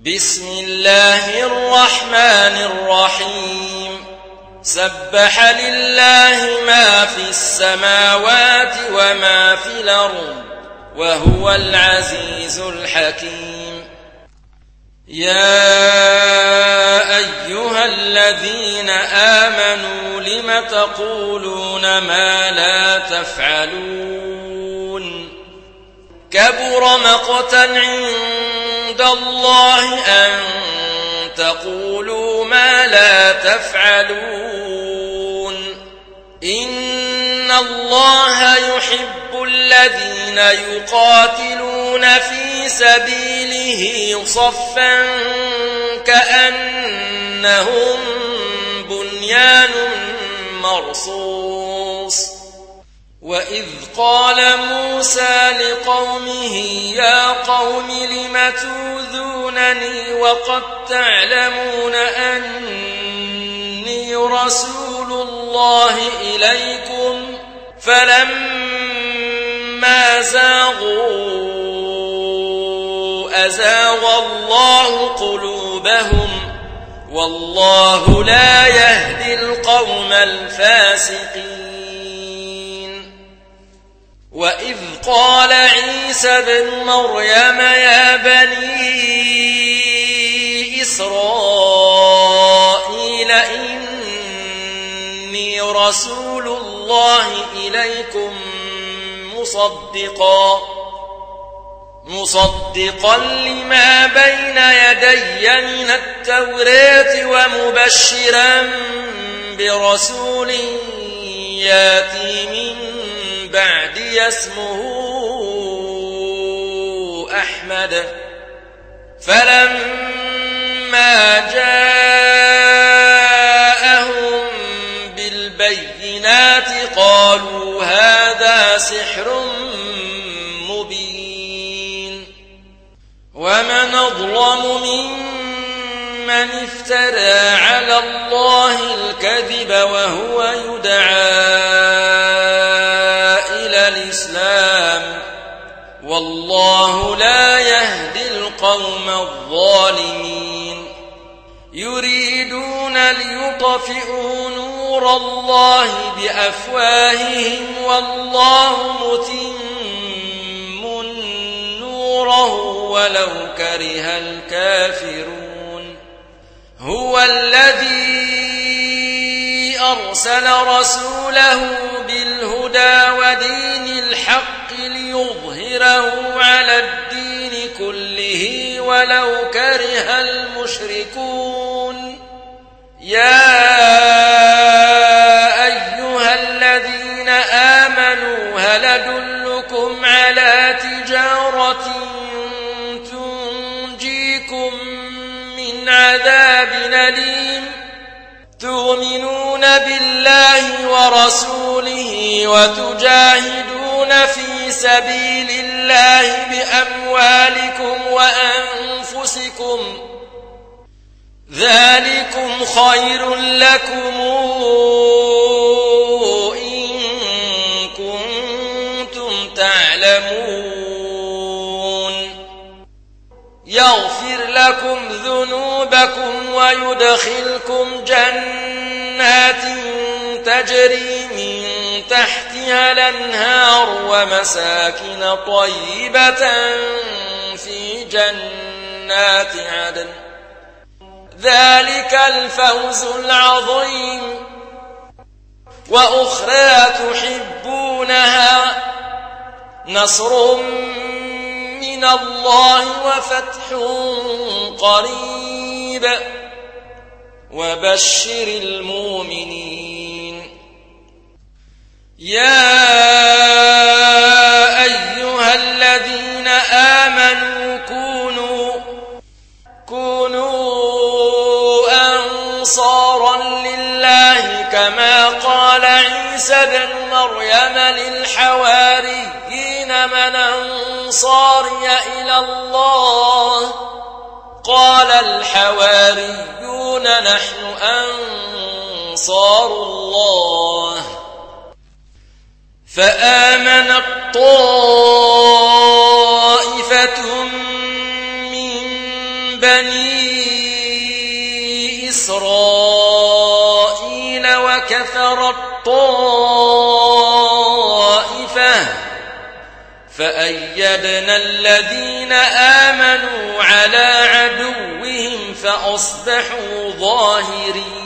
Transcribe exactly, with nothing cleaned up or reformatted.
بسم الله الرحمن الرحيم سبح لله ما في السماوات وما في الأرض وهو العزيز الحكيم. يا أيها الذين آمنوا لم تقولون ما لا تفعلون كبر مقتا عند الله أن تقولوا ما لا تفعلون إن الله يحب الذين يقاتلون في سبيله صفا كأنهم بنيان مرصوص. وإذ قال موسى لقومه يا قوم لم تؤذونني وقد تعلمون أني رسول الله إليكم فلما زاغوا أزاغ الله قلوبهم والله لا يهدي القوم الفاسقين. وإذ قال عيسى ابن مريم يا بني إسرائيل إني رسول الله إليكم مصدقا مصدقا لما بين يدي من التوراة ومبشرا برسول ياتي من بعدي اسمه أحمد. فلما جاءهم بالبينات قالوا هذا سحر مبين. ومن أظلم ممن افترى على الله الكذب وهو يدعى الإسلام والله لا يهدي القوم الظالمين. يريدون ليطفئوا نور الله بأفواههم والله متم نوره ولو كره الكافرون. هو الذي أرسل رسوله بالهدى ودين الحق ليظهره على الدين كله ولو كره المشركون. يا أيها الذين آمنوا هل أدلكم على تجارة تنجيكم من عذاب أليم تؤمنون بالله ورسوله وتجاهدون في سبيل الله بأموالكم وأنفسكم ذلكم خير لكم إن كنتم تعلمون. يغفر لكم ذنوبكم ويدخلكم جنات تجري من تحتها الأنهار ومساكن طيبة في جنات عدن ذلك الفوز العظيم. وأخرى تحبونها نصر من الله وفتح قريب وبشر المؤمنين. يا أيها الذين آمنوا كونوا كونوا أنصارا لله كما قال عيسى ابن مريم للحواريين من أنصاري إلى الله قال الحواريون نحن أنصار الله. فآمنت طائفة من بني إسرائيل وكفر الطائفة فأيدنا الذين آمنوا على عدوهم فأصبحوا ظاهرين